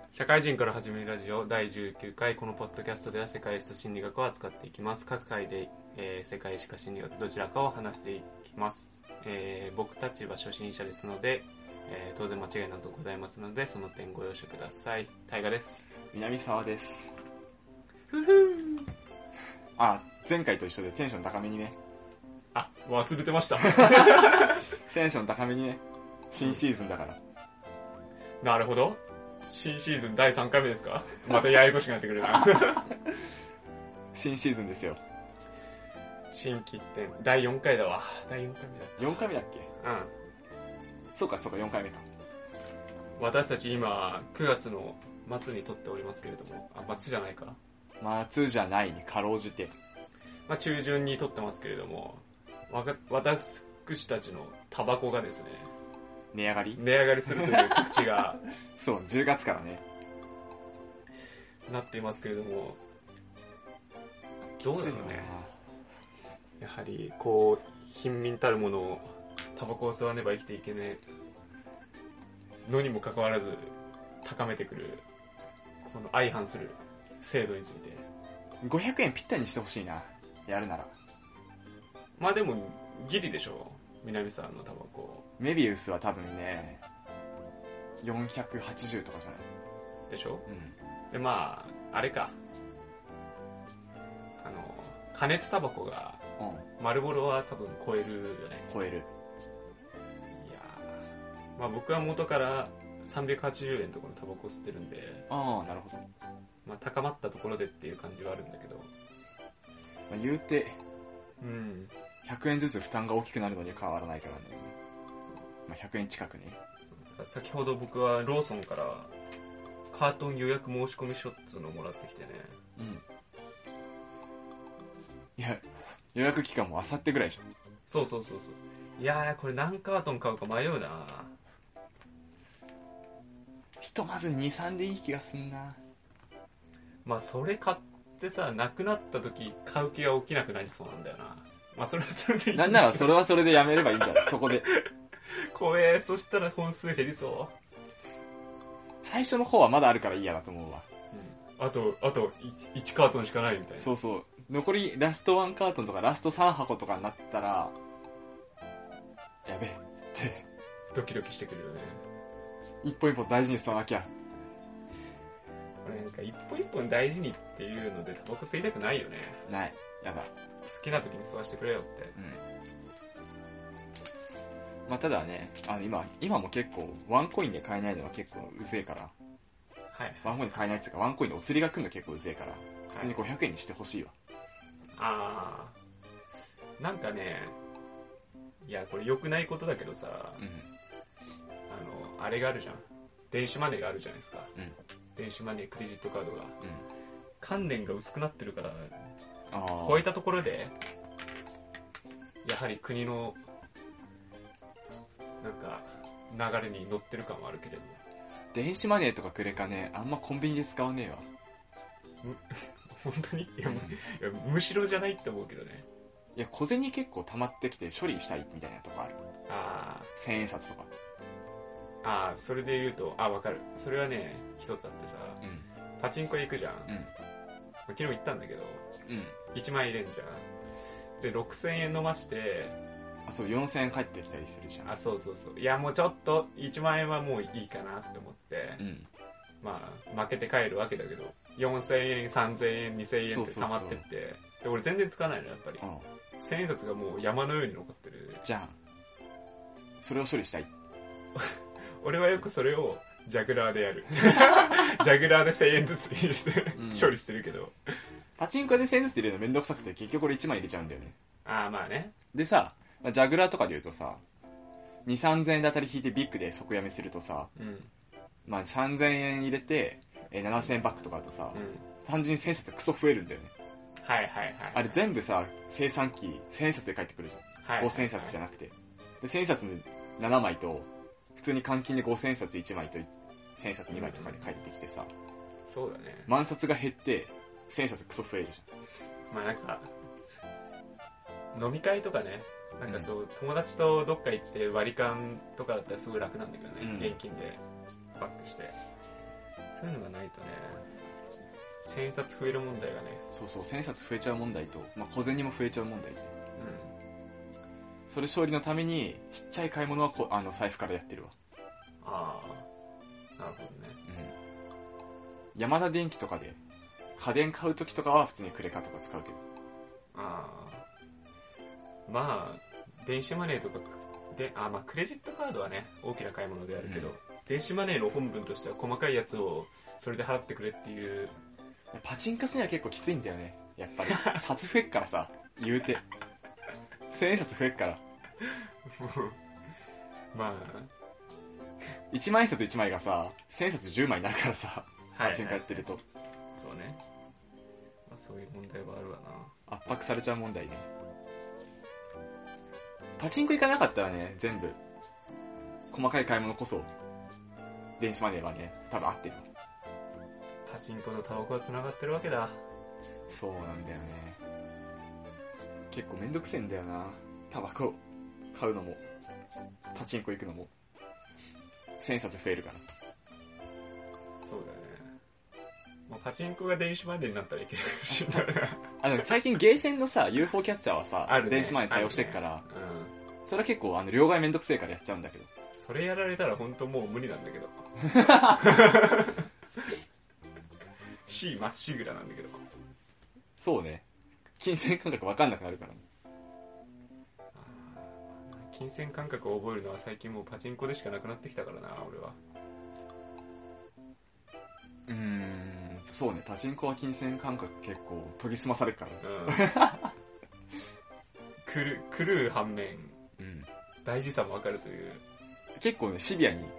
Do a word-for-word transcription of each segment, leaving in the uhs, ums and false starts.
社会人から始めるラジオだいじゅうきゅうかい。このポッドキャストでは世界史と心理学を扱っていきます。各回で、えー、世界史か心理学どちらかを話していきます。えー、僕たちは初心者ですので、えー、当然間違いなどございますのでその点ご容赦ください。大河です。 南沢です。 ふふー。 あ、前回と一緒でテンション高めにね。 あ、忘れてましたテンション高めにね。新シーズンだから。 なるほど。新シーズンだいさんかいめですか。またややこしくなってくるな新シーズンですよ。 新規ってだいよんかいだわ。だいよんかいめだった。 よんかいめだっけ。 うん。 そうかそうか、よんかいめか。 私たち今くがつの末に撮っておりますけれども、あ、末じゃないか。 末じゃないにかろうじて。 まあ中旬に撮ってますけれども、わか私たちのタバコがですね、 値上がり値上がりするという告知がそうじゅうがつからねなっていますけれども、どうだろうね。やはりこう貧民たるものをタバコを吸わねば生きていけねえのにもかかわらず高めてくるこの相反する制度についてごひゃくえんぴったりにしてほしいな、やるなら。 まあでもギリでしょ、南さんのタバコ。 メビウスは多分ねよんひゃくはちじゅうとかじゃないでしょ。 うん。 でまああれか、あの加熱タバコがうん、 丸ボロは多分超えるよね。 超える。 いやー、まあ僕は元からさんびゃくはちじゅうえんのところのタバコを吸ってるんで、 ああ、なるほど。 まあ高まったところでっていう感じはあるんだけど、 まあ、言うてうん、 ひゃくえんずつ負担が大きくなるのには変わらないからね。まあ、ひゃくえん近くね。 先ほど僕はローソンからカートン予約申し込み書っつうのをもらってきてね。 うん。いや、予約期間もあさってぐらいじゃん。 そうそうそうそう。いやー、これ何カートン買うか迷うな。 ひとまずに、さんでいい気がすんな。 まあそれ買ってさ、なくなった時買う気が起きなくなりそうなんだよな。まあそれはそれでいい。 なんならそれはそれでやめればいいんじゃないそこで。 怖え、そしたら本数減りそう。 最初の方はまだあるからいいやだと思うわ。 うん。あと、あといちカートンしかないみたいな。 そうそう。残りラストワンカートンとかラストさんはことかになったら、やべえっつって。 ドキドキしてくるよね。 一本一本大事に吸わなきゃ。 これなんか一本一本大事にっていうのでタバコ吸いたくないよね。 ない。やだ。 好きな時に吸わせてくれよって。 うん。まあただね、あの今、今も結構ワンコインで買えないのは結構うぜえから。 はい。 ワンコインで買えないっつうか、ワンコインでお釣りが来るの結構うぜえから、普通にごひゃくえんにしてほしいわ。 あー、なんかね、いやこれ良くないことだけどさ、 うん。 あのあれがあるじゃん、電子マネーがあるじゃないですか。 うん。 電子マネー、クレジットカードが、 うん。 観念が薄くなってるから、 ああ。 超えたところでやはり国のなんか流れに乗ってる感はあるけれど、 電子マネーとかクレカね、あんまコンビニで使わねえわ。 本当にいや、 うん、 いやむしろじゃないって思うけどね。 いや、小銭結構溜まってきて処理したいみたいなとこある。 あ千円札とか。 ああ、それで言うと、あ、わかる。それはね、一つあってさ、 うん。 パチンコ行くじゃん。 うん。 昨日行ったんだけど、 うん。 いちまん円入れんじゃん。で、ろくせんえん飲まして、 あ、そう、よんせんえん返ってきたりするじゃん。 あ、そうそうそう。いや、もうちょっと、いちまん円はもういいかなって思って、 うん。 まあ、負けて帰るわけだけど、よんせんえん、さんぜんえん、にせんえんって溜まってって、そうそうそう、で、俺全然使わないの、やっぱり。 うん。 千円札がもう山のように残ってる。 じゃん。それを処理したい。 俺はよくそれをジャグラーでやる。ジャグラーでせんえんずつ入れて、うん、処理してるけど。 パチンコでせんえんずつ入れるのめんどくさくて、結局俺いちまん入れちゃうんだよね。 ああ、まあね。でさ、まあ、ジャグラーとかで言うとさ、に、さんぜんえんで当たり引いてビッグで即やめするとさ、うん、まあさんぜんえん入れて、えー、ななせんえんバックとかだとさ、うん、単純に千円札クソ増えるんだよね。 はいはいはい。 あれ全部さ、生産期、千円札で返ってくるじゃん。はいはいはい、ごせんえん札じゃなくて。で、千円札ななまいと、普通に換金でごせんえん札いちまいと千円札にまいとかで返ってきてさ、 うん、そうだね。 万札が減って、千円札クソ増えるじゃん。まあなんか、飲み会とかね、なんかそう、うん、友達とどっか行って割り勘とかだったらすごい楽なんだけどね、うん、現金でバックして。 そういうのがないとね、千円札増える問題がね。 そうそう、千円札増えちゃう問題と、まあ、小銭も増えちゃう問題って。うん。それ勝利のために、ちっちゃい買い物はこあの財布からやってるわ。 ああ、なるほどね。 うん。ヤマダ電機とかで、家電買うときとかは普通にクレカとか使うけど。 ああ。まあ、電子マネーとか、で、あ、まあクレジットカードはね、大きな買い物であるけど、うん、電子マネーの本分としては細かいやつをそれで払ってくれっていう。 パチンカスには結構きついんだよね、やっぱり。札増えっからさ、言うて。千円札増えっから。 まあ。 一万円札一枚がさ、千円札十枚になるからさ、パチンカやってると。はいはい、 そうね。まあそういう問題はあるわな。圧迫されちゃう問題ね。パチンコ行かなかったらね、全部、細かい買い物こそ、電子マネーはね、多分合ってる。 パチンコとタバコは繋がってるわけだ。 そうなんだよね。結構めんどくせえんだよな。タバコ買うのも、パチンコ行くのも、千円札増えるから。 そうだよね。もうパチンコが電子マネーになったらいけないかもしれない。 あの、最近ゲーセンのさ、ユーフォー キャッチャーはさ、ね、電子マネー対応してっから、ね、うん、それは結構、あの、両替めんどくせえからやっちゃうんだけど。 それやられたら本当もう無理なんだけど。C まっしぐらなんだけど。 そうね。金銭感覚わかんなくなるからね。 金銭感覚を覚えるのは最近もうパチンコでしかなくなってきたからな、俺は。 うーん、そうね、パチンコは金銭感覚結構研ぎ澄まされるから。 うん。狂う、狂う反面、うん、大事さもわかるという。 結構ね、シビアに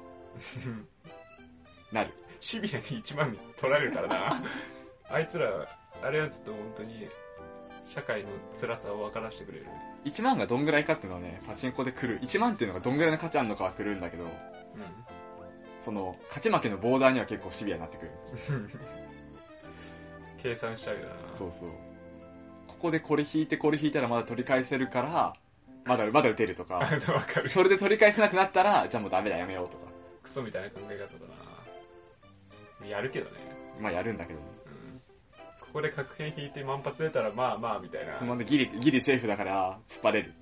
なる。 シビアにいちまん取られるからな。あいつら、あれはちょっと本当に、社会の辛さを分からせてくれる。 いちまんがどんぐらいかっていうのはね、パチンコで来る。いちまんっていうのがどんぐらいの価値あるのかは来るんだけど、うん、その、勝ち負けのボーダーには結構シビアになってくる。 計算しちゃうよな。 そうそう。ここでこれ引いてこれ引いたらまだ取り返せるから、まだ、まだ打てるとか。 そうわかる。 それで取り返せなくなったら、じゃあもうダメだ、やめようとか。 クソみたいな考え方だな。やるけどね。 まあやるんだけどね。 ここで確変引いて満発出たらまあまあみたいな。 そのギリ、ギリセーフだから突っ張れるって。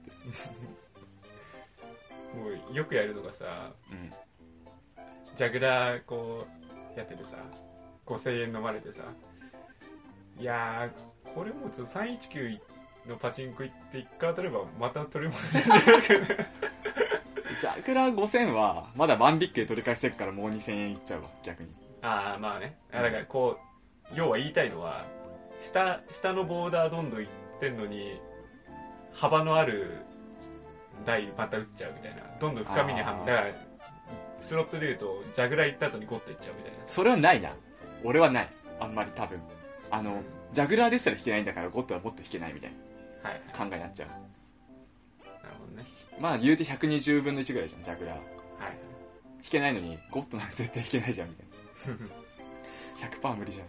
もうよくやるのがさ、うん、ジャグラーこうやっててさ、ごせんえん飲まれてさ、いやー、これもうちょっとさんいちきゅうのパチンコ行っていっかい当たればまた取り戻せるけどね。 ジャグラーごせんはまだワンビックで取り返してるからもうにせんえんいっちゃうわ、逆に。 ああ、まあね。だからこう、要は言いたいのは、下、下のボーダーどんどんいってんのに、幅のある台また打っちゃうみたいな。どんどん深みにはむ。だから、スロットで言うと、ジャグラー行った後にゴッといっちゃうみたいな。 それはないな。俺はない。あんまり多分。あの、うん、ジャグラーですら弾けないんだからゴットはもっと弾けないみたいな、はい、考えになっちゃう。なるほどね。まあ言うてひゃくにじゅうぶんのいちぐらいじゃん、ジャグラー。はい。弾けないのに、ゴットなんか絶対弾けないじゃんみたいな。ひゃくパーセント 無理じゃん。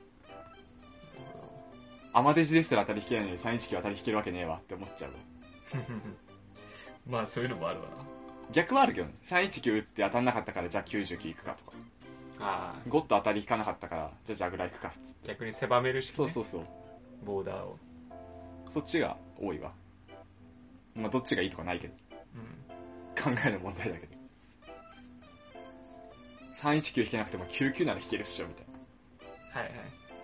アマデジですら当たり弾けないのにさんいちきゅう当たり弾けるわけねえわって思っちゃうわ。 まあそういうのもあるわな。 逆はあるけどね。さんいちきゅうって当たんなかったからじゃあきゅうじゅうきゅういくかとか。ああ。ゴッと当たり引かなかったからじゃあジャグラーいくかっつって。 逆に狭めるし、ね。 そうそうそう。 ボーダーを。 そっちが多いわ。まあどっちがいいとかないけど。うん、考えの問題だけど。さんいちきゅう引けなくてもきゅうきゅうなら引けるっしょみたいな。はいはい。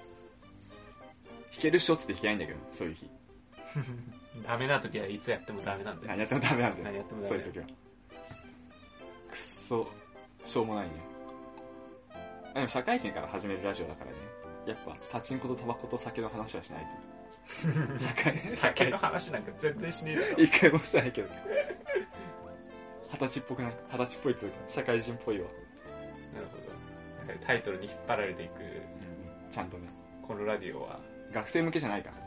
弾けるっしょっつって弾けないんだけど、そういう日。 ダメな時はいつやってもダメなんだよ。 何やってもダメなんだよ。 何やってもダメ。 そういう時は。くっそ、しょうもないね。でも社会人から始めるラジオだからね。やっぱ、パチンコとタバコと酒の話はしないと。社会酒の話なんか全然しねえだろ。 一回もしてないけど。二十歳っぽくない？二十歳っぽいつうか、社会人っぽいわ。なるほど。タイトルに引っ張られていく。うん、 ちゃんとね。 このラジオは。 学生向けじゃないから。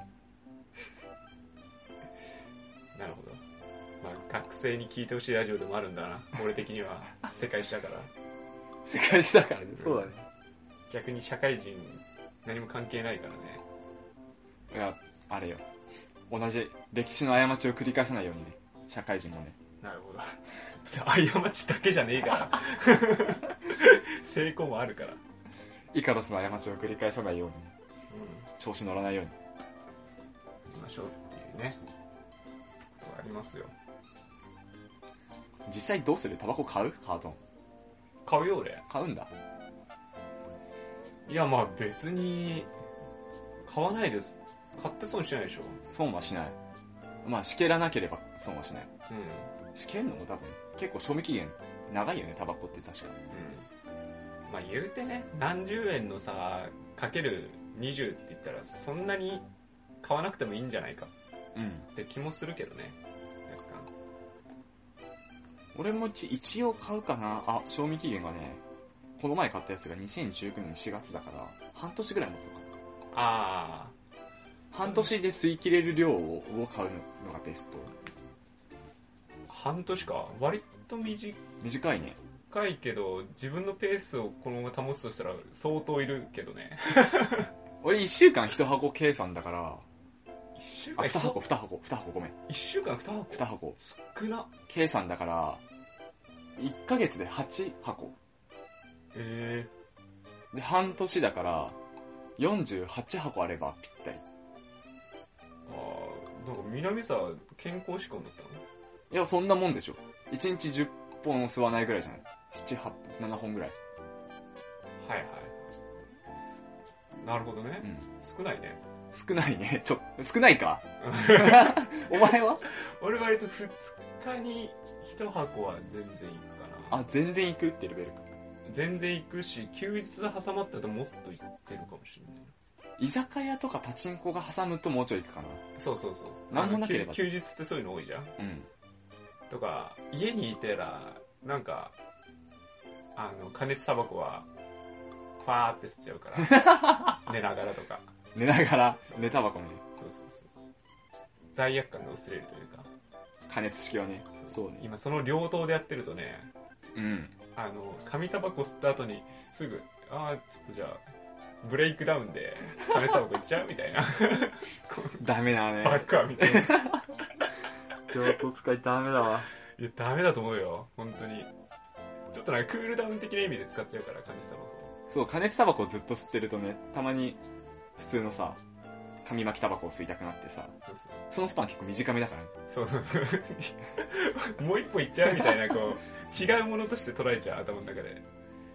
なるほど。まあ、学生に聞いてほしいラジオでもあるんだな。俺的には。世界史だから。 世界史だからね。そうだね。 逆に社会人、何も関係ないからね。 いや、あれよ。同じ歴史の過ちを繰り返さないようにね。社会人もね。 なるほど。過ちだけじゃねえから。成功もあるから。 イカロスの過ちを繰り返さないように、うん、調子乗らないように言いましょうっていうねことがありますよ。 実際どうする？タバコ買う？カートン買うよ俺。 買うんだ。 いやまあ別に買わないです。買って損しないでしょ。 損はしない。まあしけらなければ損はしない。うん。しけんのも多分結構賞味期限長いよね、タバコって確か。 うん。まあ言うてね、何十円のさかけるにじゅうって言ったらそんなに買わなくてもいいんじゃないか。うん。って気もするけどね。 俺も一応買うかな。あ、賞味期限がね、この前買ったやつがにせんじゅうきゅうねんしがつだから半年ぐらい持つのかな。ああ。半年で吸い切れる量を買うのがベスト。 半年か。割と短短いね。 短いけど自分のペースをこのまま保つとしたら相当いるけどね。 俺いっしゅうかんいち箱計算だから。 いっしゅうかんあ、に箱、に箱、に箱ごめん。 いっしゅうかんに箱 ?に箱。 少な。 計算だから、いっかげつではち箱。 ええー。で、半年だから、よんじゅうはち箱あればぴったり。 ああ、なんか南さ、健康志向だったの？ いや、そんなもんでしょ。いちにちじゅっぽん吸わないぐらいじゃない？ なな、はち、ななほんぐらい。 はいはい。なるほどね。うん、少ないね。 少ないね。ちょ、少ないかお前は？ 俺割とふつかにいち箱は全然いくかな。あ、全然いくってレベルか。 全然いくし、休日挟まったらもっといってるかもしれない。 居酒屋とかパチンコが挟むともうちょいいくかな。 そうそうそう。 なんもなければ。 休日ってそういうの多いじゃん。うん。とか、家にいてら、なんか、あの、加熱タバコは、ファーって吸っちゃうから。寝ながらとか。 寝ながら、寝タバコね。 そうそうそう。罪悪感が薄れるというか。 加熱式はね。 そうね。今その両党でやってるとね、うん。あの、紙タバコ吸った後に、すぐ、ああ、ちょっとじゃあ、ブレイクダウンで、加熱タバコいっちゃうみたいな。 ダメだね。 バカみたいな。 両党使いダメだわ。 いや、ダメだと思うよ。本当に。ちょっとなんかクールダウン的な意味で使っちゃうから、加熱タバコ。 そう、加熱タバコをずっと吸ってるとね、たまに、普通のさ、紙巻きタバコを吸いたくなってさ、そうそう、そのスパン結構短めだからね。 そうそうそうもう一歩いっちゃうみたいな、こう違うものとして捉えちゃう、頭の中で。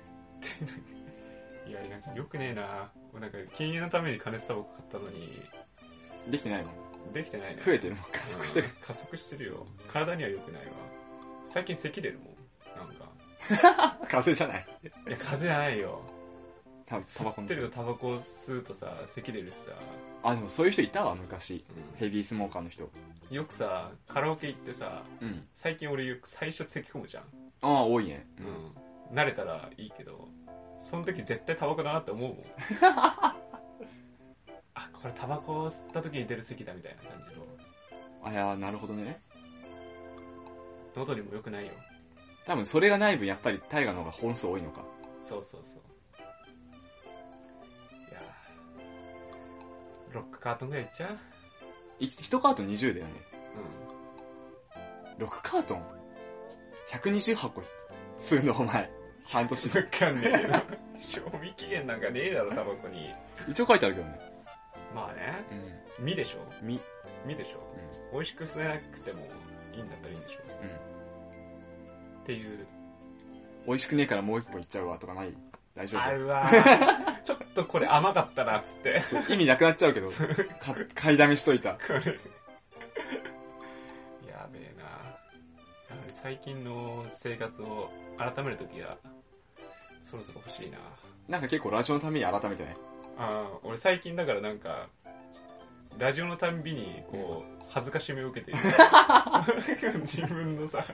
いや、なんかよくねえな。なんか禁煙のために加熱タバコ買ったのにできてないもん。 できてないね。 増えてるもん。加速してる、うん、 加速してるよ。体には良くないわ。最近咳出るもん、なんか。 風邪じゃない？ いや、風邪じゃないよ。 タバコ吸ってるとタバコ吸うとさ、咳出るしさ。 あ、でもそういう人いたわ、昔。うん、ヘビースモーカーの人。 よくさ、カラオケ行ってさ、うん、最近俺よく最初咳込むじゃん。 ああ、多いね。 うん。慣れたらいいけど、その時絶対タバコだなって思うもん。あ、これタバコ吸った時に出る咳だみたいな感じの。 あ、いや、なるほどね。 喉にも良くないよ。 多分それがない分やっぱりタイガの方が本数多いのか。 そうそうそう。ろくカートンぐらいいっちゃう？ いちカートンにじゅうだよね。うん。ろくカートン ?ひゃくにじゅう 箱吸うのお前。半年。 わかんねえよ。賞味期限なんかねえだろ、タバコに。 一応書いてあるけどね。 まあね。うん。みでしょ？ み。 みでしょ？うん。美味しく吸えなくてもいいんだったらいいんでしょ？うん。っていう。 美味しくねえからもう一本いっちゃうわとかない？大丈夫？ あるわちょっとこれ甘かったなっつって意味なくなっちゃうけど買いだめしといた。これやべえな。やはり最近の生活を改めるときはそろそろ欲しいな。 なんか結構ラジオのために改めてね。 ああ、俺最近だからなんかラジオのたんびにこう恥ずかしみを受けている自分のさ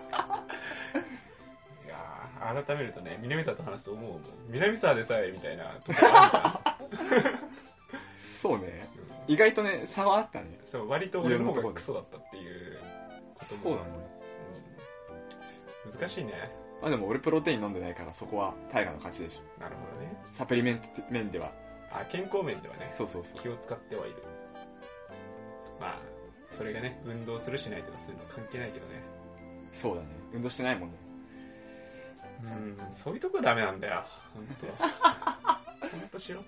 改めるとね、南沢と話すと思うもん。南沢でさえみたいなとこあるからそうね、うん、意外とね差はあったね。 そう、割と俺の方がクソだったっていうことも。 そうだね、 うん、難しいね。 まあでも俺プロテイン飲んでないからそこはタイガの勝ちでしょ。 なるほどね。 サプリメント面では。 あ、健康面ではね。 そうそうそう。 気を使ってはいる。まあそれがね、運動するしないとかそういうの関係ないけどね。 そうだね、運動してないもんね。 うん、そういうとこダメなんだよ、本当。 としろって。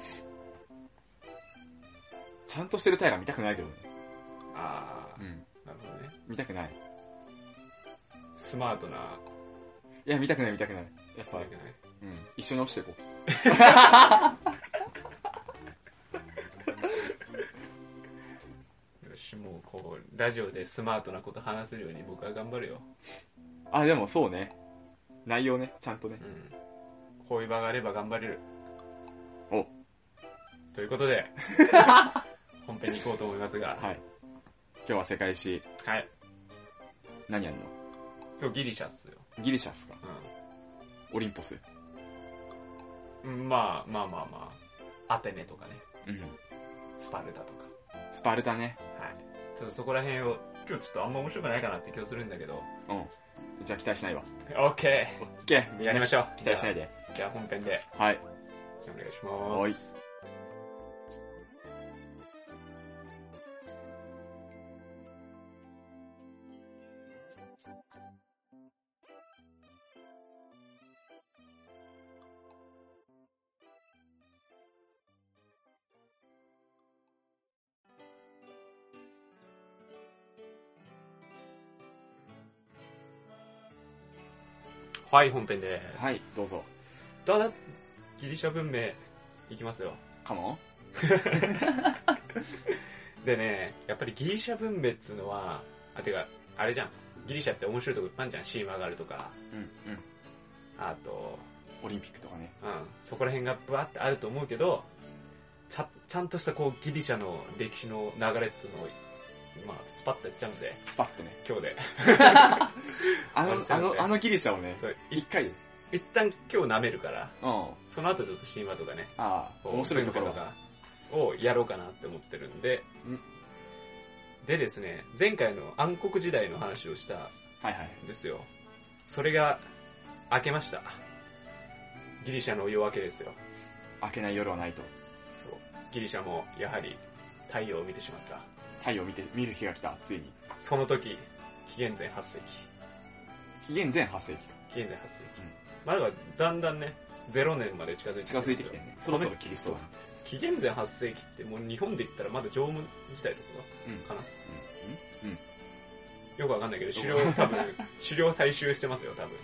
ちゃんとしてるタイガー見たくないけどね。 ああ、 うん。 なるほどね。 見たくない。 スマートな。 いや、見たくない見たくない。やっぱ、 見たくない。 うん。一緒に落ちていこう。よし、もうこう、ラジオでスマートなこと話せるように僕は頑張るよ。 あ、でもそうね。内容ね、ちゃんとね。 うん。こういう場があれば頑張れる。 お。 ということで、本編に行こうと思いますが。 はい。今日は世界史。 はい。 何やんの？ 今日ギリシャっすよ。 ギリシャっすか？ うん。 オリンポス。 まあまあまあまあ。アテネとかね。 うん。 スパルタとか。 スパルタね。 はい。ちょっとそこら辺を、今日ちょっとあんま面白くないかなって気がするんだけど。 うん。じゃあ期待しないわ。 オッケー。オッケー。 やりましょう。 期待しないで。 じゃあ本編で。 はい。 お願いします。 はい。 はい、本編です。 はい、どうぞ。 だだ、ギリシャ文明、いきますよ。 かもでね、やっぱりギリシャ文明っつうのは、あ、てか、あれじゃん。ギリシャって面白いとこいっぱいあるじゃん。シーマがあるとか。 うん、うん。 あと、 オリンピックとかね。 うん。そこら辺がブワーってあると思うけど、ちゃ、ちゃんとしたこう、ギリシャの歴史の流れっつうのを、まあ、スパッとやっちゃうんで。 スパッとね。 今日で。 あの、あの、あのギリシャをね、一回で。 一旦今日舐めるから、 うん。 その後ちょっとシーマとかね。 ああ、面白いところが。をやろうかなって思ってるんで。 んでですね、前回の暗黒時代の話をしたはいはいんですよ。それが、明けました。ギリシャの夜明けですよ。 明けない夜はないと。 そう。ギリシャもやはり太陽を見てしまった。 太陽を見て、見る日が来た、ついに。 その時、紀元前はっせいき。 紀元前はっせいきか。 紀元前はっせいき。うん、まあだからだんだんね、ゼロねんまで近づいてきて近づいてきてね。そろそろキリストだ。 紀元前はっせいきってもう日本で言ったらまだ縄文時代とかかな、 うんうんうん、 よくわかんないけど、狩猟多分、狩猟採集してますよ、多分。うん、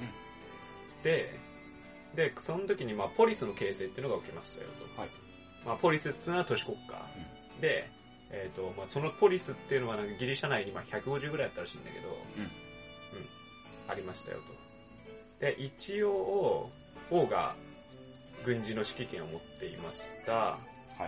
で、で、その時にまあポリスの形成っていうのが起きましたよと。はい、まあポリスっていうのは都市国家。うん、で、えっ、ー、と、まあそのポリスっていうのはなんかギリシャ内にまあひゃくごじゅうぐらいあったらしいんだけど、うん。うん。ありましたよと。で、一応、王が軍事の指揮権を持っていました。はい。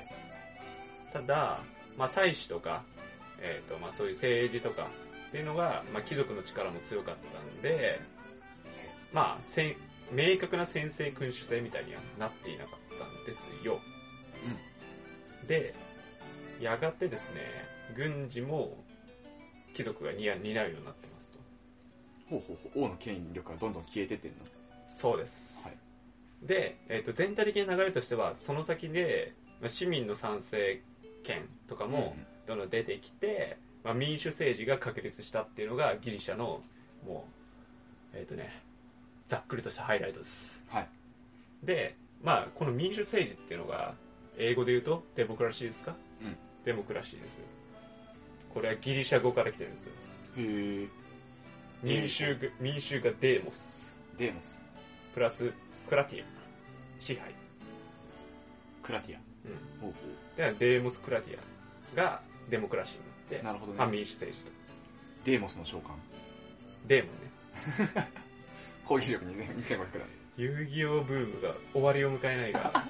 ただ、まあ祭司とか、えっ、ー、と、まあそういう政治とかっていうのが、まあ貴族の力も強かったんで、まあ、せ明確な専制君主制みたいにはなっていなかったんですよ。うん。で、やがてですね、軍事も貴族が担うようになってますと。 ほうほうほう、王の権力がどんどん消えてってんの？ そうです。はい。で、えっと、全体的な流れとしては、その先で、まあ、市民の参政権とかもどんどん出てきて、うん、まあ、民主政治が確立したっていうのがギリシャの、もう、えっとね、ざっくりとしたハイライトです。はい。で、まあ、この民主政治っていうのが、英語で言うと、デモクラシーですか？うん。デモクラシーです。これはギリシャ語から来てるんですよ。へー。民衆が、民衆がデーモス。 デーモス。 プラス、クラティア。支配。 クラティア。うん。ほうほう。で、デーモス・クラティアがデモクラシーになって、 なるほどね。 反民主政治と。 デーモスの召喚。 デーモンね。 攻撃力にせんごひゃくだ。 遊戯王ブームが終わりを迎えないが。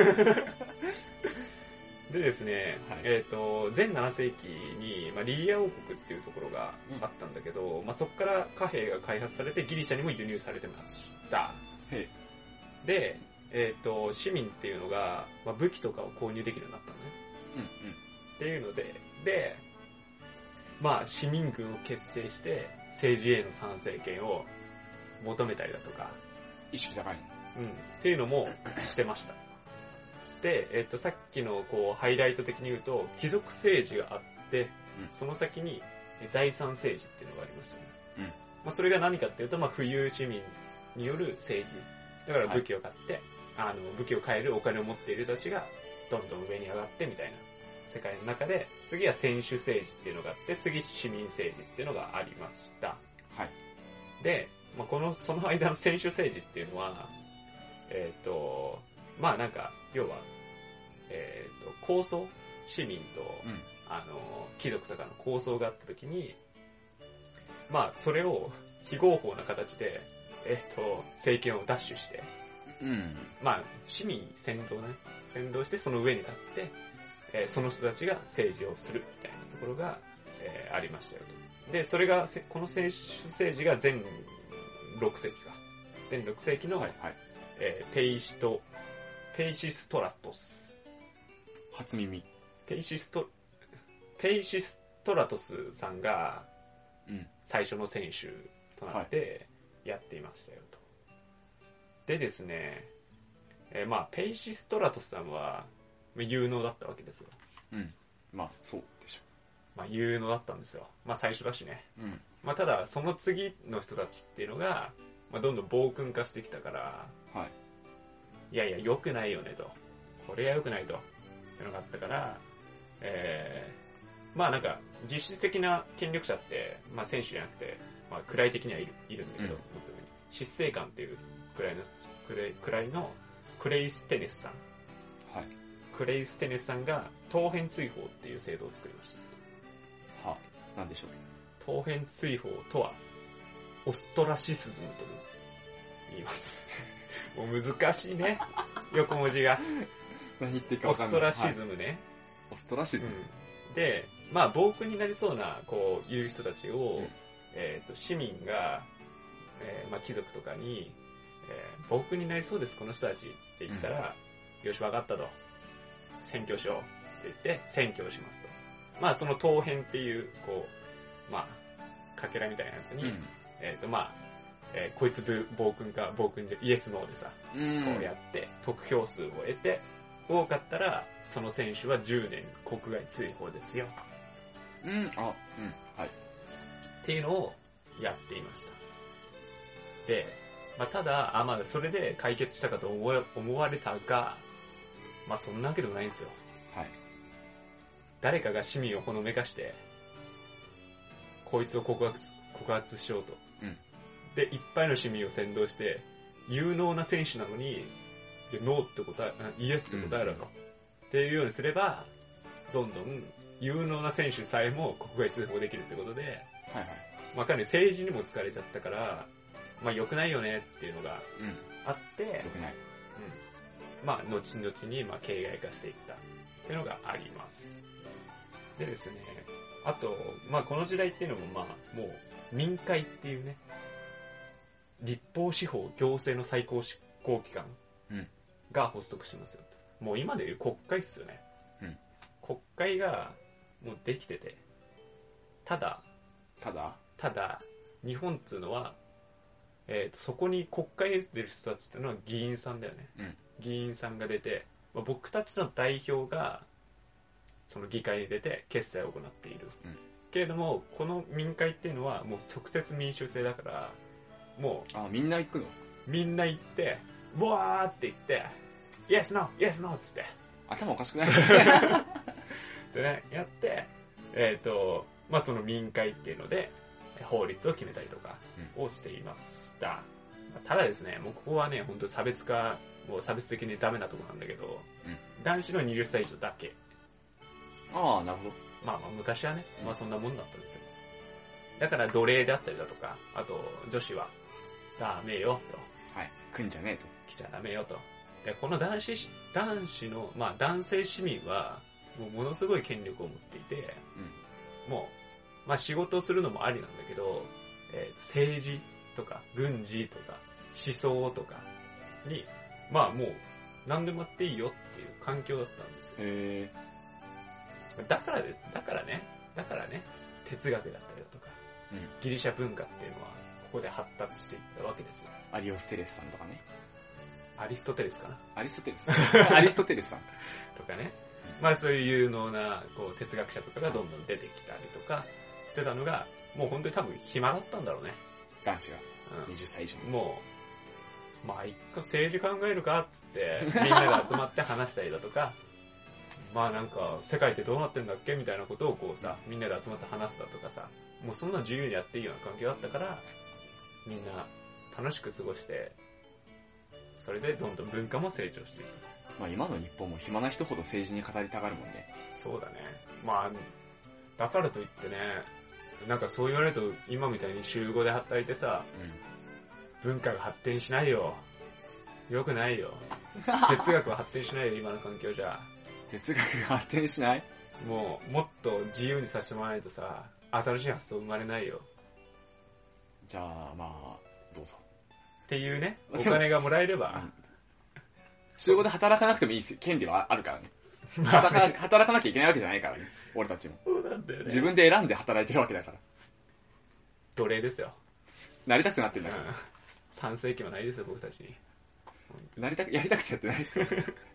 でですね、はい、えっ、ー、と、前ななせいきに、まあ、リリア王国っていうところがあったんだけど、うん、まあ、そこから貨幣が開発されてギリシャにも輸入されてました。へで、えっ、ー、と、市民っていうのが、まあ、武器とかを購入できるようになったのね。うんうん。っていうので、で、まあ、市民軍を結成して、政治への参政権を求めたりだとか。 意識高い。 うん。っていうのもしてました。で、えっと、さっきのこう、ハイライト的に言うと、貴族政治があって、うん、その先に財産政治っていうのがありましたね。うん。まあ、それが何かっていうと、まあ、富裕市民による政治。だから武器を買って、はい、 あの、武器を買えるお金を持っている人たちが、どんどん上に上がってみたいな世界の中で、次は選手政治っていうのがあって、次市民政治っていうのがありました。 はい。 で、まあ、この、その間の選手政治っていうのは、えっ、ー、と、まあなんか、要は、えっ、ー、と、構想市民と、うん、あの、貴族とかの構想があったときに、まあ、それを非合法な形で、えっ、ー、と、政権を奪取して、 うん、 まあ、市民先導ね、先導してその上に立って、えー、その人たちが政治をするみたいなところが、えー、ありましたよと。で、それが、この選手政治が全ろく世紀か。全ろく世紀の、はいはい、えー、ペイシト、ペイシストラトス。 初耳。 ペイシスト、ペイシストラトスさんが、最初の選手となってやっていましたよと。でですね、えー、まあ、ペイシストラトスさんは有能だったわけですよ。 うん。まあ、そうでしょう。まあ、有能だったんですよ。まあ、最初だしね。 うん。 まあ、ただ、その次の人たちっていうのが、まあ、どんどん暴君化してきたから、 はい。 いやいや、良くないよねと。これは良くないと。いうのがあったから、えー、まあなんか、実質的な権力者って、まあ選手じゃなくて、まあ位的にはいるいるんだけど、うん、執政官っていうくらいの、くらい、くらいのクレイステネスさん。 はい。 クレイステネスさんが、当編追放っていう制度を作りました。はあ、なんでしょう。 当編追放とは、オストラシスズムと言います。もう難しいね。横文字が。 何言ってるか分かんない。 オストラシズムね。はい、 オストラシズム、 うん、で、まあ、暴君になりそうな、こう、いう人たちを、うん、えっと、市民が、えー、まあ、貴族とかに、えー、暴君になりそうです、この人たちって言ったら、うん、よし、分かったと。選挙しようって言って、選挙をしますと。まあ、その当編っていう、こう、まあ、かけらみたいなやつに、うん、えっと、まあ、えー、こいつ暴君か、暴君でイエスノーでさ、うん、こうやって、得票数を得て、多かったら、その選手はじゅうねん国外追放ですよ。 うん、あ、うん、はい。 っていうのをやっていました。で、まあ、ただ、あ、まあ、それで解決したかと思思われたが、まあ、そんなわけでもないんですよ。 はい。 誰かが市民をほのめかして、こいつを告発、告発しようと。 うん。 で、いっぱいの市民を先導して、有能な選手なのに、ノーって答え、イエスって答えろよ、うん。っていうようにすれば、どんどん有能な選手さえも国外通報できるってことで、 はいはい。 まあかなり政治にも疲れちゃったから、まあ良くないよねっていうのがあって、うん、良くない。 うん。まあ後々にまあ形骸化していったっていうのがあります。でですね、あと、まあこの時代っていうのもまあもう民会っていうね、立法司法行政の最高執行機関が発足しますよと。もう今でいう国会っすよね。 うん。 国会がもうできてて、ただ、 ただただ、日本っつうのは、えっと、そこに国会に出てる人たちっていうのは議員さんだよね。 うん。 議員さんが出て、まあ、僕たちの代表が、その議会に出て決裁を行っている。 うん。 けれども、この民会っていうのはもう直接民主制だから、もう、 あ、みんな行くの？ みんな行って、ボワーって言って、イエスノーイエスノーっつって。 頭おかしくない？ でね、やって、えっと、まあ、その民会っていうので、法律を決めたりとかをしていました。うん、ただですね、もうここはね、本当差別化、もう差別的にダメなとこなんだけど、うん、男子のはたち以上だけ。 ああ、なるほど。 まあまあ昔はね、まあそんなもんだったんですよ。だから奴隷であったりだとか、あと女子はダメよと。 はい。来んじゃねえと。 来ちゃダメよと。で、この男子、男子の、まあ男性市民は、もうものすごい権力を持っていて、うん、もう、まあ仕事をするのもありなんだけど、えー、政治とか軍事とか思想とかに、まあもう何でもやっていいよっていう環境だったんですよ。 へー。だからです。だからね、だからね、哲学だったりだとか、うん、ギリシャ文化っていうのはここで発達していったわけですよ。 アリオステレスさんとかね。 アリストテレスかな。 アリストテレスアリストテレスさんとかね。まあそういう有能なこう哲学者とかがどんどん出てきたりとかしてたのが、もう本当に多分暇だったんだろうね。 男子が。はたち以上、 うん。もう、 まあ一個政治考えるかっつってみんなで集まって話したりだとかまあなんか世界ってどうなってんだっけみたいなことをこうさみんなで集まって話すだとかさもうそんな自由にやっていいような環境だったからみんな楽しく過ごしてそれでどんどん文化も成長していく。 まあ今の日本も暇な人ほど政治に語りたがるもんね。 そうだね。まあだからといってねなんかそう言われると今みたいに週ごで働いてさ、うん、文化が発展しないよ。よくないよ。哲学は発展しないよ今の環境じゃ。 哲学が発展しない？ もうもっと自由にさせてもらわないとさ新しい発想生まれないよ。 じゃあまあどうぞっていうねお金がもらえれば、うん、 週ごで働かなくてもいい権利はあるからね。働かな働かなきゃいけないわけじゃないからね俺たちも。 そうなんだよね。 自分で選んで働いてるわけだから。 奴隷ですよ。 なりたくなってんだから、うん、 さん世紀もないですよ僕たちに。 なりたくやりたくてやってないですよ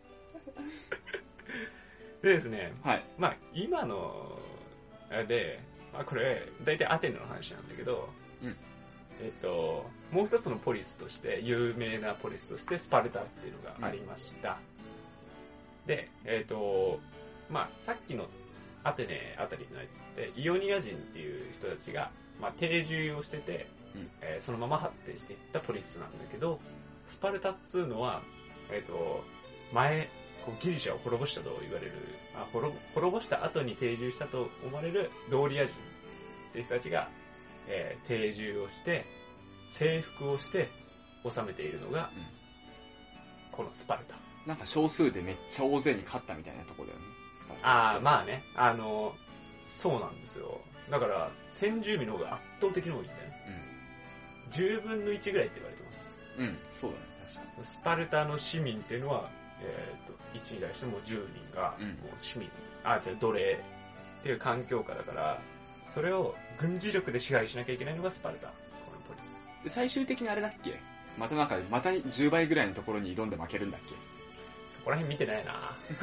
でですね、 はい、 まあ今ので、まあ、これ大体アテネの話なんだけど、うん、えっともう一つのポリスとして有名なポリスとしてスパルタっていうのがありました、うん、でえっとまあさっきのアテネあたりのやつってイオニア人っていう人たちが、まあ、定住をしてて、うんえー、そのまま発展していったポリスなんだけどスパルタっつうのはえっと前こうギリシャを滅ぼしたと言われるあ 滅, 滅ぼした後に定住したと思われるドーリア人っていう人たちが、えー、定住をして征服をして治めているのが、うん、このスパルタ。 なんか少数でめっちゃ大勢に勝ったみたいなところだよね。 ああまあねあのそうなんですよ。だから先住民の方が圧倒的に多いんだよね、うん、じゅうぶんのいちぐらいって言われてます。 うんそうだね確かに。 スパルタの市民っていうのはえー、といちに対してもじゅうにんがもう市民、うん、あじゃあ奴隷っていう環境下だからそれを軍事力で支配しなきゃいけないのがスパルタこのポリスで最終的にあれだっけまたなんかまたじゅうばいぐらいのところに挑んで負けるんだっけ。 そこら辺見てないな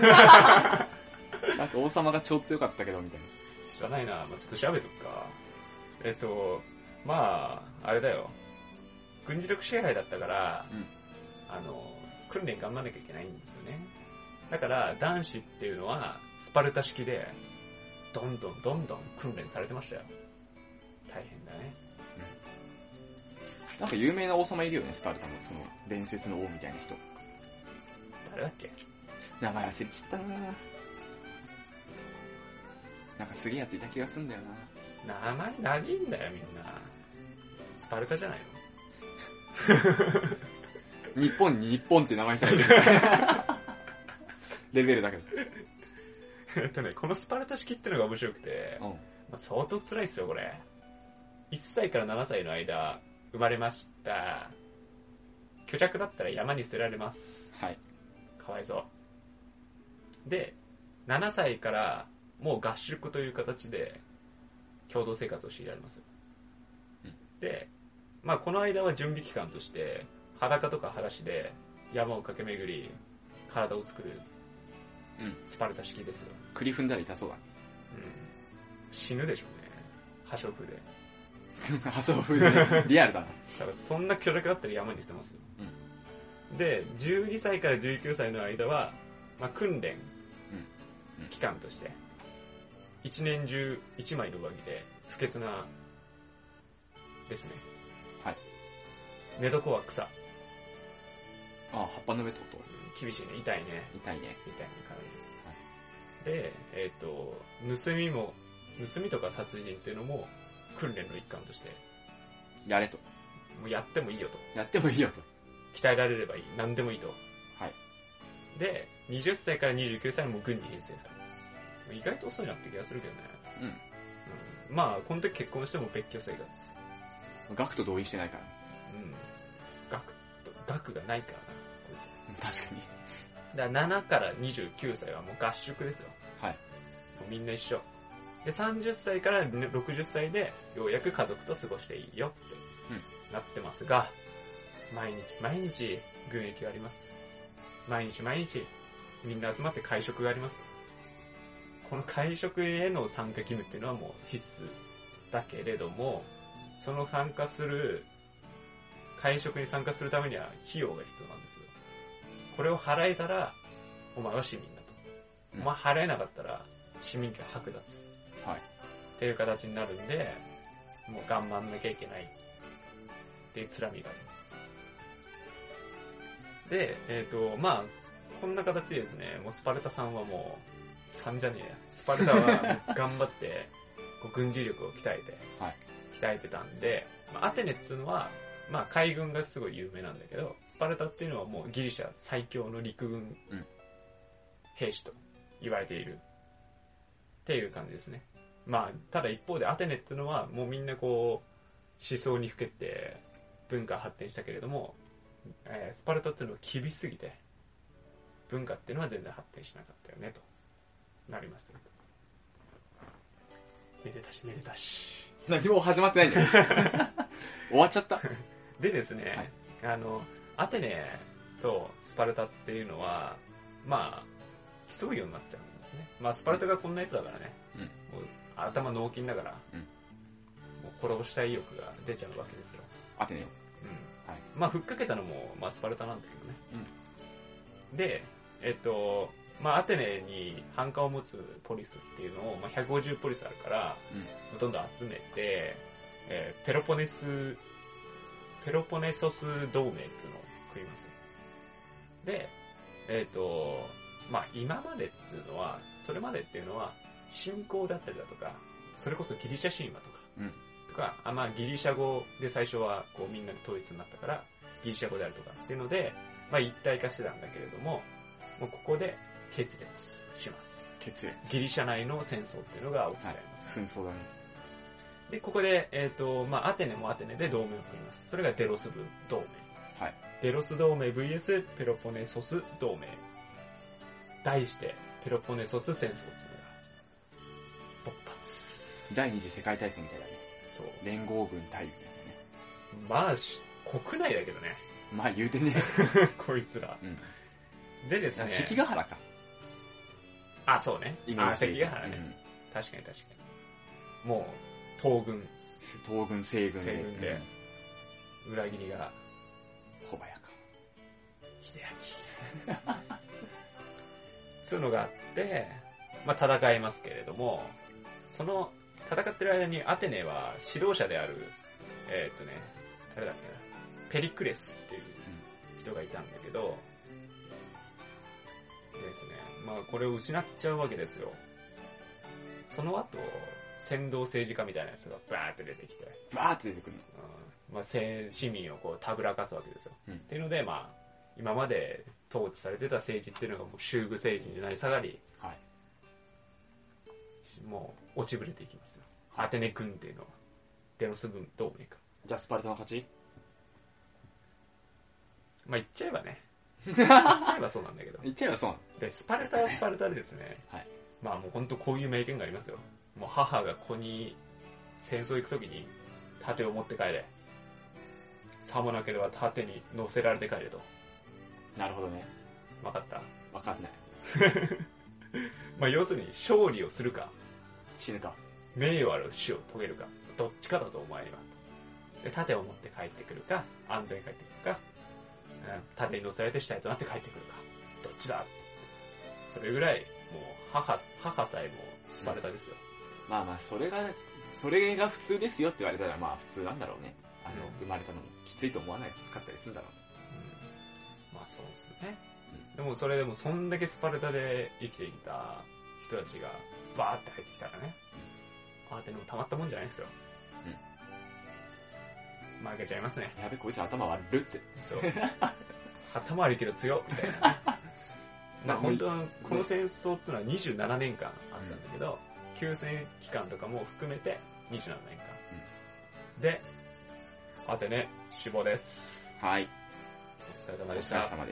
なんか王様が超強かったけどみたいな。 知らないな、まあ、ちょっと調べとくか。えっ、ー、とまああれだよ軍事力支配だったから、うん、あの訓練頑張らなきゃいけないんですよね。だから男子っていうのはスパルタ式でどんどんどんどん訓練されてましたよ。大変だね、 うん、なんか有名な王様いるよねスパルタのその伝説の王みたいな人。 誰だっけ名前忘れちゃったな。なんかすげえやついた気がすんだよな。名前長いんだよみんな。スパルタじゃないの日本に日本って名前したいレベルだけどえっとねこのスパルタ式ってのが面白くて、うんまあ、相当辛いっすよこれ。いっさいからななさいの間生まれました。虚弱だったら山に捨てられます。 はいかわいそうでななさいからもう合宿という形で共同生活を強いられます、うん、でまあこの間は準備期間として裸とか裸足で山を駆け巡り体を作る、うん、スパルタ式ですよ。 栗踏んだら痛そうだね、 うん、死ぬでしょうね破傷風で破傷風でリアルだなだからそんな巨力だったら山にしてますよ、うん、でじゅうにさいからじゅうきゅうさいの間は、まあ、訓練期間として一年中一枚の上着で不潔なですね。 はい寝床は草。 ああ、葉っぱの上ってこと？ 厳しいね。痛いね。 痛いね。 痛いね、体、はい、で、えっ、ー、と、盗みも、盗みとか殺人っていうのも訓練の一環として。 やれと。 もうやってもいいよと。 やってもいいよと。 鍛えられればいい。何でもいいと。 はい。 で、はたちからにじゅうきゅうさいにも軍に編成されます。意外と遅いなって気がするけどね。うん。うん、まあ、この時結婚しても別居生活。 学と同意してないから。 うん。学と、学がないからな、こいつ。確かに。 だからななからにじゅうきゅうさいはもう合宿ですよ。 はい。 もうみんな一緒。で、さんじゅっさいからろくじゅっさいでようやく家族と過ごしていいよってなってますが、うん、毎日毎日軍役があります。毎日毎日みんな集まって会食があります。この会食への参加義務っていうのはもう必須だけれども、その参加する会食に参加するためには費用が必要なんですよ。これを払えたら、お前は市民だと。うん、お前払えなかったら、市民権剥奪。はい。っていう形になるんで、もう頑張んなきゃいけない。っていうつらみがあります。で、えっと、まあ、こんな形でですね、もうスパルタさんはもう、さんじゃねえや。スパルタは頑張って、こう軍事力を鍛えて、はい、鍛えてたんで、まあ、アテネっていうのは、まあ海軍がすごい有名なんだけど、スパルタっていうのはもうギリシャ最強の陸軍兵士と言われているっていう感じですね。まあ、ただ一方でアテネっていうのはもうみんなこう、思想にふけて文化発展したけれども、えー、スパルタっていうのは厳しすぎて、文化っていうのは全然発展しなかったよね、となりました。めでたしめでたし。 何も始まってないんだよ。終わっちゃった。 でですね、はい、あの、アテネとスパルタっていうのは、まあ、競うようになっちゃうんですね。まあ、スパルタがこんなやつだからね、うん、もう頭脳筋だから、うん、もう殺したい意欲が出ちゃうわけですよ。 アテネよ。 うん。はい。まあ、ふっかけたのも、まあ、スパルタなんだけどね。うん、で、えっと、まあ、アテネに繁華を持つポリスっていうのを、まあ、ひゃくごじゅうポリスあるから、うん、どんどん集めて、えー、ペロポネス、ペロポネソス同盟っていうのを組みます。で、えっと、まあ、今までっていうのは、それまでっていうのは、信仰だったりだとか、それこそギリシャ神話とか、うん、とか、あまあ、ギリシャ語で最初はこうみんなで統一になったから、ギリシャ語であるとかっていうので、まあ、一体化してたんだけれども、もうここで決裂します。 決裂。 ギリシャ内の戦争っていうのが起きちゃいます。 はい、紛争だね。 で、ここで、えっと、まあ、アテネもアテネで同盟を組みます。それがデロス部同盟。はい。デロス同盟 ブイエス ペロポネソス同盟。題して、ペロポネソス戦争っていうのが、勃発。 第二次世界大戦みたいだね。 そう。 連合軍対みたいなね。まあ、国内だけどね。 まあ言うてね。 こいつら。うん。でですね。 関ヶ原か。 あ、そうね。あ、関ヶ原ね、うん。確かに確かに。もう、東軍。 東軍、西軍で。西軍で、うん、裏切りが、 小早川。 秀明。そういうのがあって、まあ戦いますけれども、その、戦ってる間にアテネは指導者である、えー、っとね、誰だっけな、ペリクレスっていう人がいたんだけど、ですね、まあこれを失っちゃうわけですよ。その後、先導政治家みたいなやつがバーって出てきて。 バーって出てくるの、 うん、まあ市民をこうたぶらかすわけですよ。うん、っていうので、まあ、今まで統治されてた政治っていうのがもう修具政治になり下がり、はい、もう落ちぶれていきますよ。アテネ軍っていうのは。デロス軍同盟か。 じゃあスパルタの勝ち？ まあ言っちゃえばね。言っちゃえばそうなんだけど。 言っちゃえばそうなんで、スパルタはスパルタでですね。はい。まあもう本当こういう名言がありますよ。もう母が子に戦争行くときに盾を持って帰れ。さもなければ盾に乗せられて帰れと。 なるほどね。 わかった？ わかんない。 まあ要するに勝利をするか死ぬか名誉ある死を遂げるかどっちかだと思わればで盾を持って帰ってくるか安全に帰ってくるか、うん、盾に乗せられて死体となって帰ってくるかどっちだそれぐらいもう母母さえもスパルタですよ、 うん、まあまあそれがそれが普通ですよって言われたらまあ普通なんだろうねあの、うん、生まれたのもきついと思わないかったりするんだろうね、 うん、まあそうですね、うん、でもそれでもそんだけスパルタで生きていた人たちがバーって入ってきたらね、うん、あーってのもたまったもんじゃないですよ、うん、負けちゃいますね。 やべこいつ頭悪るってそう頭悪いけど強みたいなまあ本当はこの戦争っていうのはにじゅうななねんかんあったんだけど、うん、休戦期間とかも含めてにじゅうななねんかん、うん、でアテネ死亡です。 はい、 お疲れ様でした。 お疲れ様です。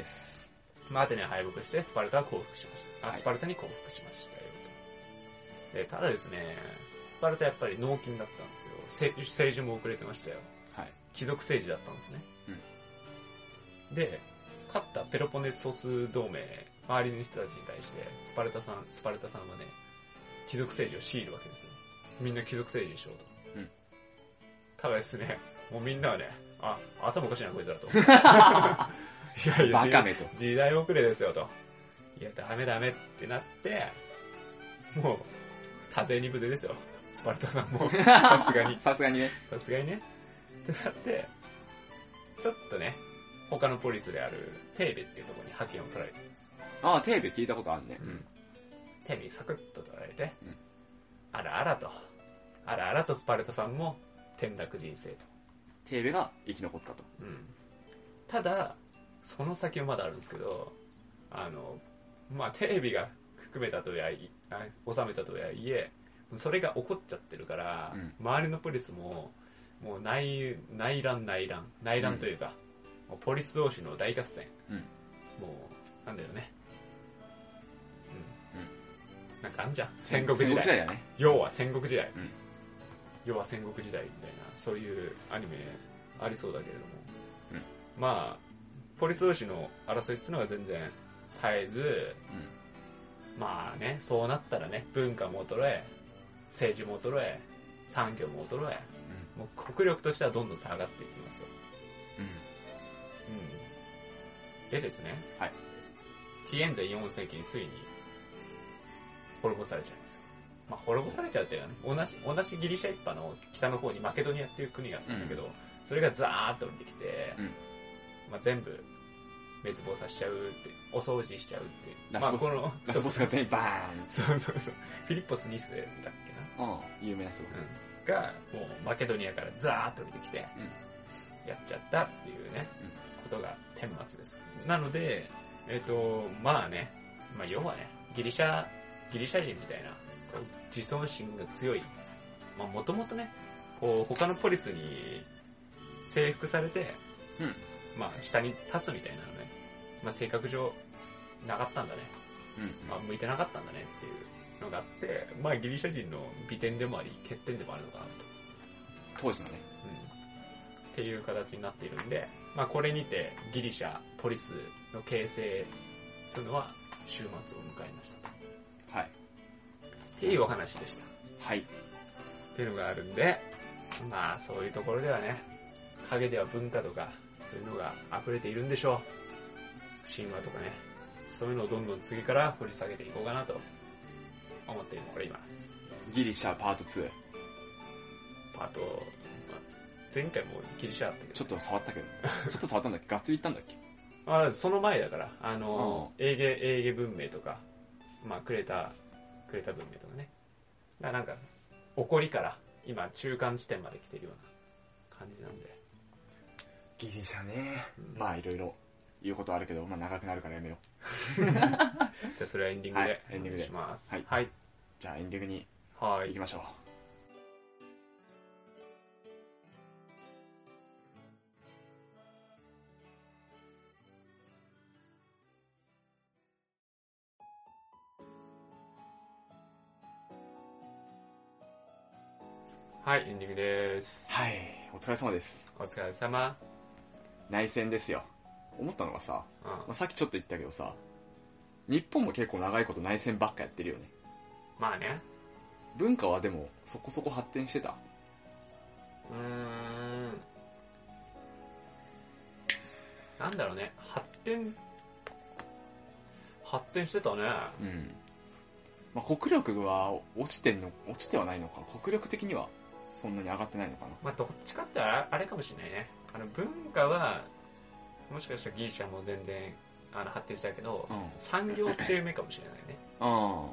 まあ、アテネ敗北してスパルタは降伏しました。あ、スパルタに降伏しましたよと。で、ただですね、スパルタやっぱり脳筋だったんですよ。政治も遅れてましたよ。はい。貴族政治だったんですね。うん。で、勝ったペロポネソス同盟、周りの人たちに対して、スパルタさん、スパルタさんはね、貴族政治を強いるわけですよ。みんな貴族政治にしようと。うん。ただですね、 もうみんなはね、あ、頭おかしいなこいつらと。いやいや、 バカめと。 時代遅れですよと。いや、ダメダメってなって、もう、多勢に無勢ですよ。スパルタさんも。さすがに。 さすがにね。 さすがにね。ってなって、ちょっとね、他のポリスであるテーベっていうところに派遣を取られてるんです。 ああ、テーベ聞いたことあるね。 うん。テーベにサクッと取られて、 うん、 あらあらと、あらあらとスパルタさんも転落人生と。 テーベが生き残ったと。 うん。ただ、その先はまだあるんですけど、あの、まあ、テレビが含めたとやい、収めたとはいえ、それが起こっちゃってるから、うん、周りのポリスも、もう内、内乱内乱、内乱というか、うん、もうポリス同士の大合戦。うん、もう、なんだよね。うん。うん、なんかあんじゃん。戦国時代。 戦国時代だね。 要は戦国時代。 うん、 要は戦国時代みたいな、そういうアニメありそうだけれども。うん、まあ、ポリス同士の争いっていうのが全然絶えず、うん、まあね、そうなったらね、文化も衰え、政治も衰え、産業も衰え、うん、もう国力としてはどんどん下がっていきますよ。うん。うん。でですね、はい。紀元前よん世紀についに滅ぼされちゃいますよ。まあ滅ぼされちゃうっていうのはね、同じ、同じギリシャ一派の北の方にマケドニアっていう国があったんだけど、うん、それがザーッと降りてきて、うん、まあ全部滅亡させちゃうって、お掃除しちゃうっていう。 ラスボス、まあ、このラスボスが全員バーンそうそうそう。フィリッポスに世だっけな。 うん、有名な人、 うん、が、もうマケドニアからザーッと降りてきて、うん、やっちゃったっていうね、うん、ことが顛末です。なので、えっと、まあね、まあ要はね、ギリシャ、ギリシャ人みたいな、こう自尊心が強い、まあもともとね、こう他のポリスに征服されて、うん、まあ下に立つみたいなのね、まあ性格上なかったんだね。うん。まあ向いてなかったんだねっていうのがあって、まあギリシャ人の美点でもあり、欠点でもあるのかなと。 当時のね。 うん。っていう形になっているんで、まあこれにてギリシャ、ポリスの形成というのは終末を迎えましたと。はい。っていうお話でした。 はい。 っていうのがあるんで、まあそういうところではね、影では文化とか、そういうのが溢れているんでしょう。神話とかね。そういうのをどんどん次から掘り下げていこうかなと思っております。 ギリシャパートツー。 パート、まあ、前回もギリシャあったけど。 ちょっと触ったけど。ちょっと触ったんだっけガッツリ行ったんだっけあ、その前だから、あの、エーゲ、エーゲ文明とか、まあクレタ、クレタ文明とかね。だからなんか、起こりから今中間地点まで来てるような感じなんで。 ギリシャね、うん、まあいろいろ言うことあるけど、まあ長くなるからやめよう。じゃあそれはエンディングで、はい、 エンディングでします。 はい。はい。じゃあエンディングに行きましょう。 はい、エンディングです。 はい、お疲れ様です。 お疲れ様。 内戦ですよ。思ったのがさ、うんまあ、さっきちょっと言ったけどさ、日本も結構長いこと内戦ばっかやってるよね。 まあね。 文化はでもそこそこ発展してた。 うーん。なんだろうね、発展、発展してたね。 うん。まあ国力は落ちてんの、落ちてはないのか。国力的にはそんなに上がってないのかな。 まあどっちかってあれかもしれないね。あの文化は、もしかしたらギリシャも全然あの発展したけど、うん、産業っていう目かもしれないね。あ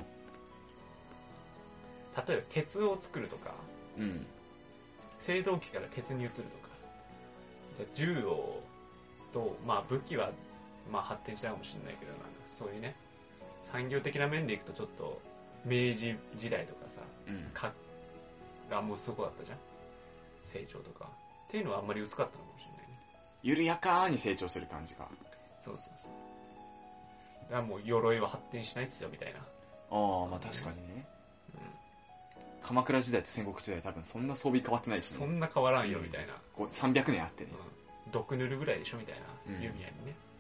あ。例えば鉄を作るとか、うん、青銅器から鉄に移るとか、じゃあ銃をと、まあ武器はまあ発展したかもしれないけど、なんかそういうね、産業的な面でいくとちょっと明治時代とかさ、うん、かがもうすごかったじゃん。成長とか。っていうのはあんまり薄かったのかもしれないね。 緩やかに成長する感じか。 そうそうそう。だからもう鎧は発展しないっすよみたいな。 ああ、まあ確かにね。うん。鎌倉時代と戦国時代多分そんな装備変わってないしね。 そんな変わらんよみたいな。 こうさんびゃくねんあってね。 うん。毒塗るぐらいでしょみたいな。弓矢にね。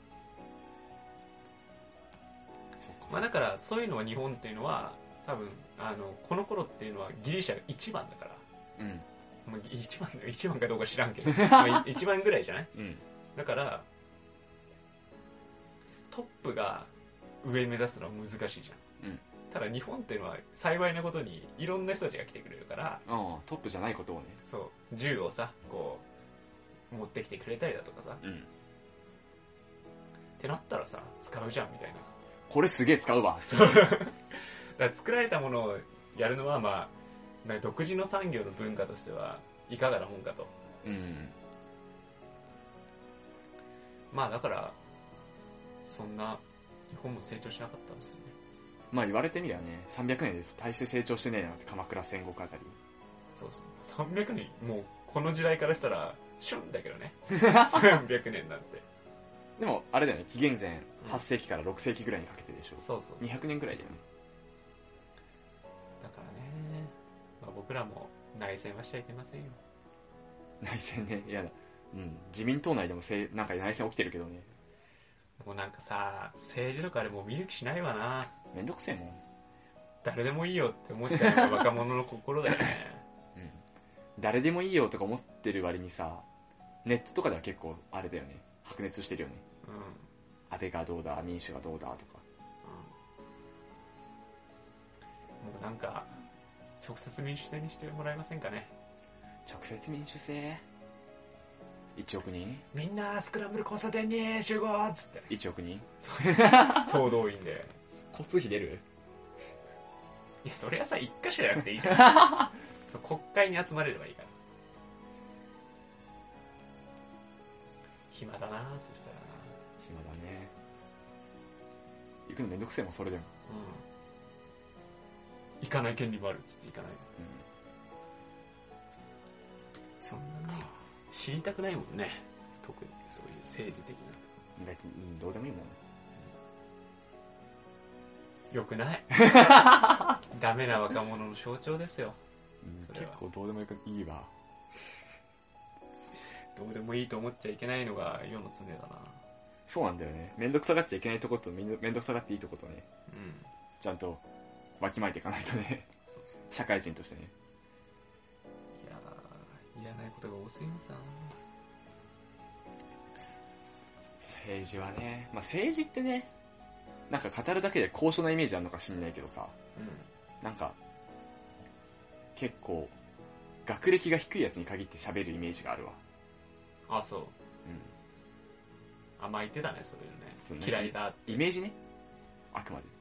うん、まあだからそういうのは日本っていうのは多分あのこの頃っていうのはギリシャが一番だから。うん。 まあ、いちまん、いちまんかどうか知らんけど、まあ、いちまんぐらいじゃない、 うん、 だからトップが上目指すのは難しいじゃん、うん、ただ日本っていうのは幸いなことにいろんな人たちが来てくれるから、 ああトップじゃないことをね、 そう銃をさこう持ってきてくれたりだとかさ、うん、ってなったらさ使うじゃんみたいな、 これすげえ使うわそうだから作られたものをやるのはまあ独自の産業の文化としてはいかがなもんかと、うん、まあだからそんな日本も成長しなかったんですよね。 まあ言われてみりゃね、さんびゃくねんです大して成長してねえなって、鎌倉戦国あたり。 そうそう、さんびゃくねん、もうこの時代からしたら旬だけどねさんびゃくねんなんて。 でもあれだよね、紀元前はっせいきからろくせいきぐらいにかけてでしょ、うん、 そうそうそう、 にひゃくねんぐらいだよね。 だからね、まあ、僕らも内戦はしちゃいけませんよ。 内戦ね、やだ、うん、自民党内でもせなんか内戦起きてるけどね。 もうなんかさ、政治とかあれもう見る気しないわな。 めんどくせえもん。 誰でもいいよって思っちゃうのが若者の心だよね、 うん、誰でもいいよとか思ってる割にさ、ネットとかでは結構あれだよね、白熱してるよね、うん、安倍がどうだ民主がどうだとか、 うん、もうなんか直接民主制にしてもらえませんかね。 直接民主制いちおくにんみんなスクランブル交差点に集合っつっていちおくにん総動員で交通費出る。 いやそれはさ一箇所じゃなくていいじゃんそう国会に集まれればいいから。暇だな、そしたらな。 暇だね。行くのめんどくせえもんそれでも、 うん、行かない権利もあるっつって行かないの、うん、そんなね知りたくないもんね、特にそういう政治的な。 だって、うん、どうでもいいもん。 よくないダメな若者の象徴ですよ、 うん、結構どうでもいいわ。 どうでもいいと思っちゃいけないのが世の常だな。 そうなんだよね。めんどくさがっちゃいけないとことめんどくさがっていいとことね、うん、ちゃんとわきまえていかないとねそうそう社会人としてね。 いやー、いらないことが多すぎますな。 政治はね、まあ政治ってね、なんか語るだけで高尚なイメージあるのか知んないけどさ、うん、なんか結構学歴が低いやつに限って喋るイメージがあるわ。 あ、そう、うん、あ、まあ言ってたね、そういうのね、嫌いだってイメージね、あくまで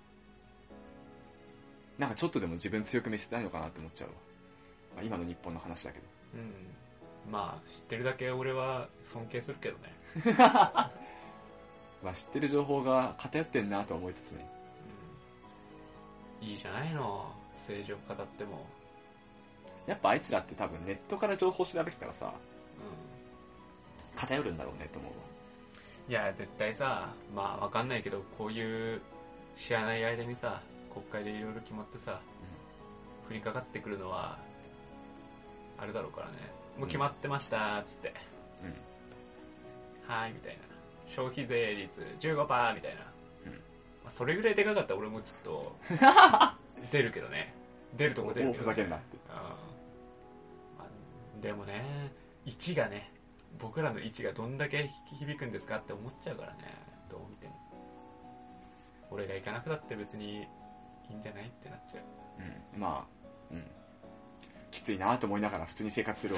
なんかちょっとでも自分強く見せたいのかなって思っちゃうわ、まあ、今の日本の話だけど、 うん、まあ知ってるだけ俺は尊敬するけどねまあ知ってる情報が偏ってんなと思いつつね、 うん、いいじゃないの政治を語っても。 やっぱあいつらって多分ネットから情報調べるからさ、うん、偏るんだろうねと思うわ。 いや絶対さ、まあわかんないけどこういう知らない間にさ国会でいろいろ決まってさ、うん、降りかかってくるのはあれだろうからね。もう決まってましたっつって、うん、はーいみたいな、消費税率 じゅうごパーセント みたいな、うんまあ、それぐらいでかかったら俺もちょっと出るけどね。出るとこ出るけど、ね、 ふざけんなって、うんまあ、でもね位置がね、僕らの位置がどんだけ響くんですかって思っちゃうからね、どう見ても。俺が行かなくたって別にいいんじゃないってなっちゃう。 うん、まあ、うん、きついなと思いながら普通に生活するわ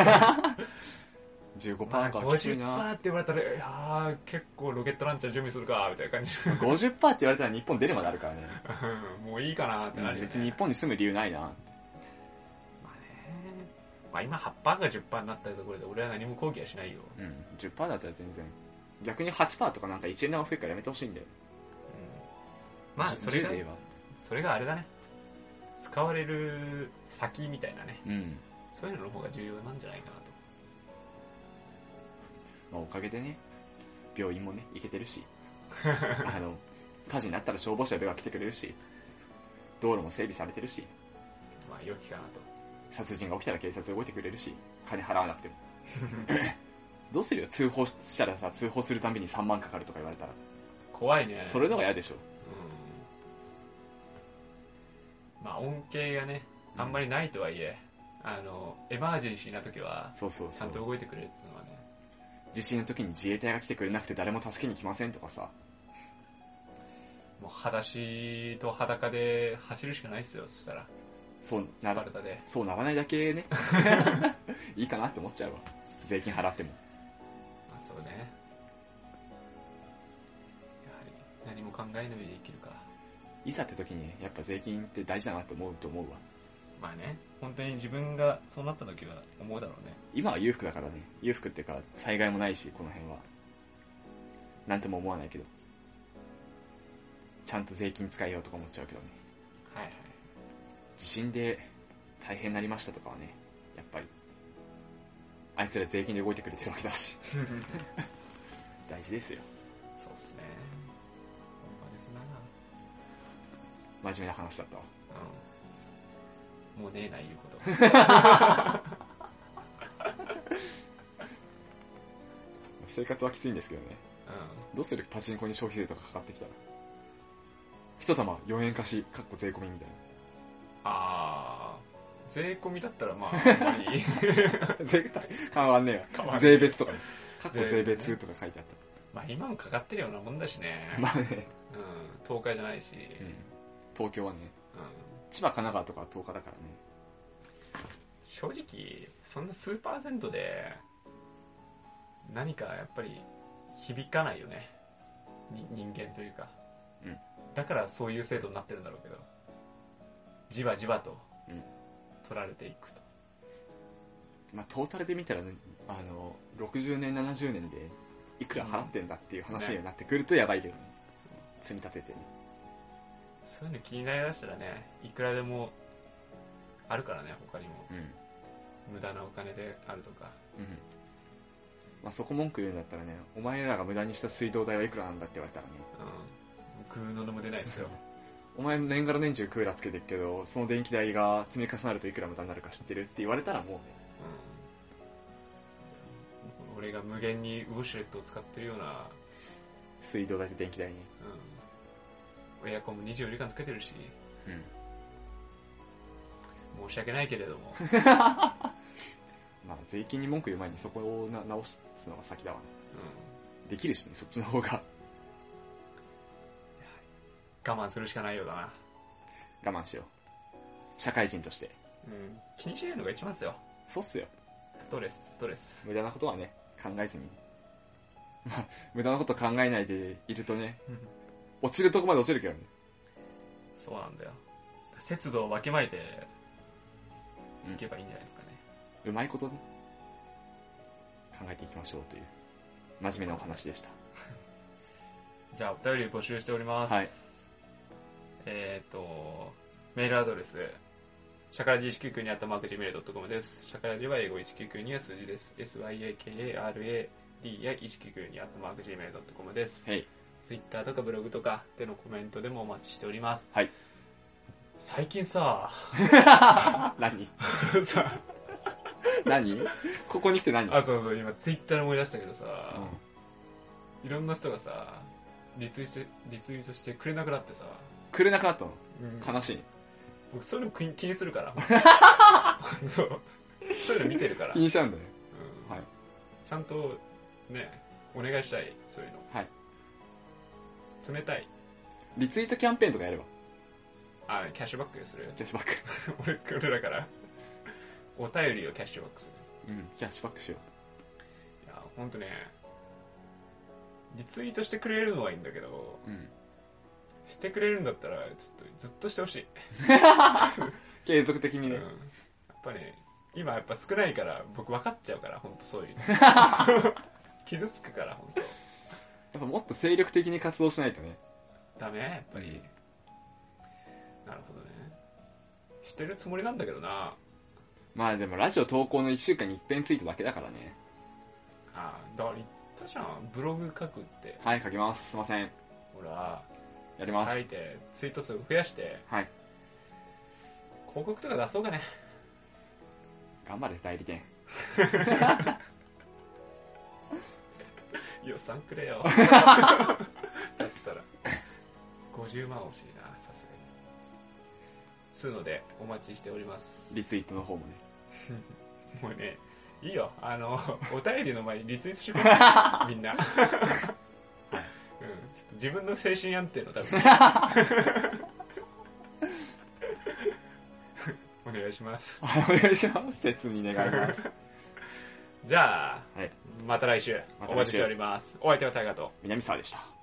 じゅうごパーセント かきついな、 まあ、ごじゅっパーセント って言われたら、いや結構ロケットランチャー準備するかみたいな感じごじゅっパーセント って言われたら日本出るまであるからねもういいかなってなるよね、 うん、別に日本に住む理由ないな。 まあね、まあ今 はちパーセント が じゅっパーセント になったところで俺は何も抗議はしないよ。 うん、じゅっパーセント だったら全然。逆に はちパーセント とかなんかいちえん玉増えるからやめてほしいんだよ。 うん、まあそれがそれがあれだね、使われる先みたいなね、うん、そういうのの方が重要なんじゃないかなと。 まあおかげでね、病院もね行けてるしあの火事になったら消防車が来てくれるし、道路も整備されてるし、 まあ良きかなと。 殺人が起きたら警察動いてくれるし、金払わなくてもどうするよ、通報したらさ、通報するたびにさんまんかかるとか言われたら怖いね。 それのが嫌でしょ。 うん、まあ恩恵がねあんまりないとはいえ、 あのエマージェンシーな時はそうそうそうちゃんと動いてくれるっていうのはね。 地震の時に自衛隊が来てくれなくて誰も助けに来ませんとかさ、 もう裸足と裸で走るしかないっすよ。そしたらそうスパルタでそうならないだけねいいかなって思っちゃうわ、税金払っても。 まあそうね、やはり何も考えないで生きるか。 いざって時にやっぱ税金って大事だなと思うと思うわ。 まあね、本当に自分がそうなった時は思うだろうね。 今は裕福だからね、裕福っていうか災害もないし、この辺はなんとも思わないけど、ちゃんと税金使えようとか思っちゃうけどね。 はいはい。 地震で大変になりましたとかはね、やっぱりあいつら税金で動いてくれてるわけだし大事ですよ。 そうっすね、ほんまですな。 真面目な話だったわ。 うん、もうねえな言うこと生活はきついんですけどね、 うん、 どうする？パチンコに消費税とかかかってきたら一玉よえん貸しかっこ税込みみたいな。 あー、税込みだったらまああんまり税変わんねえわ。税別とかね、かっこ税別とか書いてあった。 まあ今もかかってるようなもんだしね。 まあね、 うん、東海じゃないし、 うん、東京はね、うん、千葉神奈川とかはとおかだからね。 正直そんな数パーセントで何かやっぱり響かないよね、に人間というか、うん、だからそういう制度になってるんだろうけど、じわじわと取られていくと、 うん、まあトータルで見たらね、あのろくじゅうねんななじゅうねんでいくら払ってんだっていう話になってくるとやばいけどね、うん、積み立ててね。 そういうの気になりだしたらね、いくらでもあるからね、他にも、うん、無駄なお金であるとか、うん、 まあ、そこ文句言うんだったらね、お前らが無駄にした水道代はいくらなんだって言われたらね、 うん、食うのでも出ないですよお前年がら年中クーラーつけてるけど、その電気代が積み重なるといくら無駄になるか知ってるって言われたらもうね、 うん、俺が無限にウォシュレットを使ってるような水道代と電気代に、 うん、エアコンもにじゅうよじかんつけてるし、うん、申し訳ないけれどもまあ税金に文句言う前にそこをな直すのが先だわね、うん、できるしね、そっちの方が我慢するしかないようだな。 我慢しよう、社会人として、 うん、気にしないのが一番ですよ。 そうっすよ、 ストレスストレス、 無駄なことはね考えずにまあ無駄なこと考えないでいるとね落ちるとこまで落ちるけどね。 そうなんだよ、節度をわきまえていけばいいんじゃないですかね、 うん、うまいことね考えていきましょうという真面目なお話でしたじゃあお便り募集しております、はい、えっ、ー、とメールアドレスシャカラジいちきゅうきゅうに アットマークジーメールドットコム です。シャカラジは英語いちきゅうきゅうには数字です。 エスワイエーケーエーアールエーディー やいちきゅうきゅうに アットマークジーメールドットコム です、はい、ツイッターとかブログとかでのコメントでもお待ちしております。はい、最近さ何さ何ここに来て何？ あ、そうそう、今ツイッターで思い出したけどさ、うん、いろんな人がさリツイしてリツイートしてくれなくなってさ。 くれなくなったの、うん、悲しい。 僕そういうの気にするからそうそういうの見てるから気にしちゃうんだね、 うん、はい、ちゃんとねお願いしたい、そういうの。はい、冷たいリツイートキャンペーンとかやれば。 あ、キャッシュバックする。 キャッシュバック俺俺だからお便りをキャッシュバックする。うん、キャッシュバックしよう。いやほんとね、リツイートしてくれるのはいいんだけど、うん、してくれるんだったらちょっとずっとしてほしい継続的にね、うん、 やっぱね今やっぱ少ないから僕分かっちゃうから、ほんとそういうの傷つくからほんと。やっぱもっと精力的に活動しないとねダメ、やっぱり、うん、なるほどね。してるつもりなんだけどな。 まあでもラジオ投稿のいっしゅうかんに一遍ツイートだけだからね。 ああ、だから言ったじゃん、ブログ書くって。 はい、書きます。すいません。 ほらやります。 書いてツイート数増やして、はい、広告とか出そうかね。 頑張れ代理店予算くれよだったらごじゅうまん欲しいな、さすがに。つうのでお待ちしております。 リツイートの方もね。 もうね、いいよ。あの、お便りの前にリツイートしてくれ。みんな。うん、ちょっと自分の精神安定のために。お願いします。 お願いします。切に願います。 じゃあ、 はい、 また来週、お待ちしております。お相手は大河と南沢でした。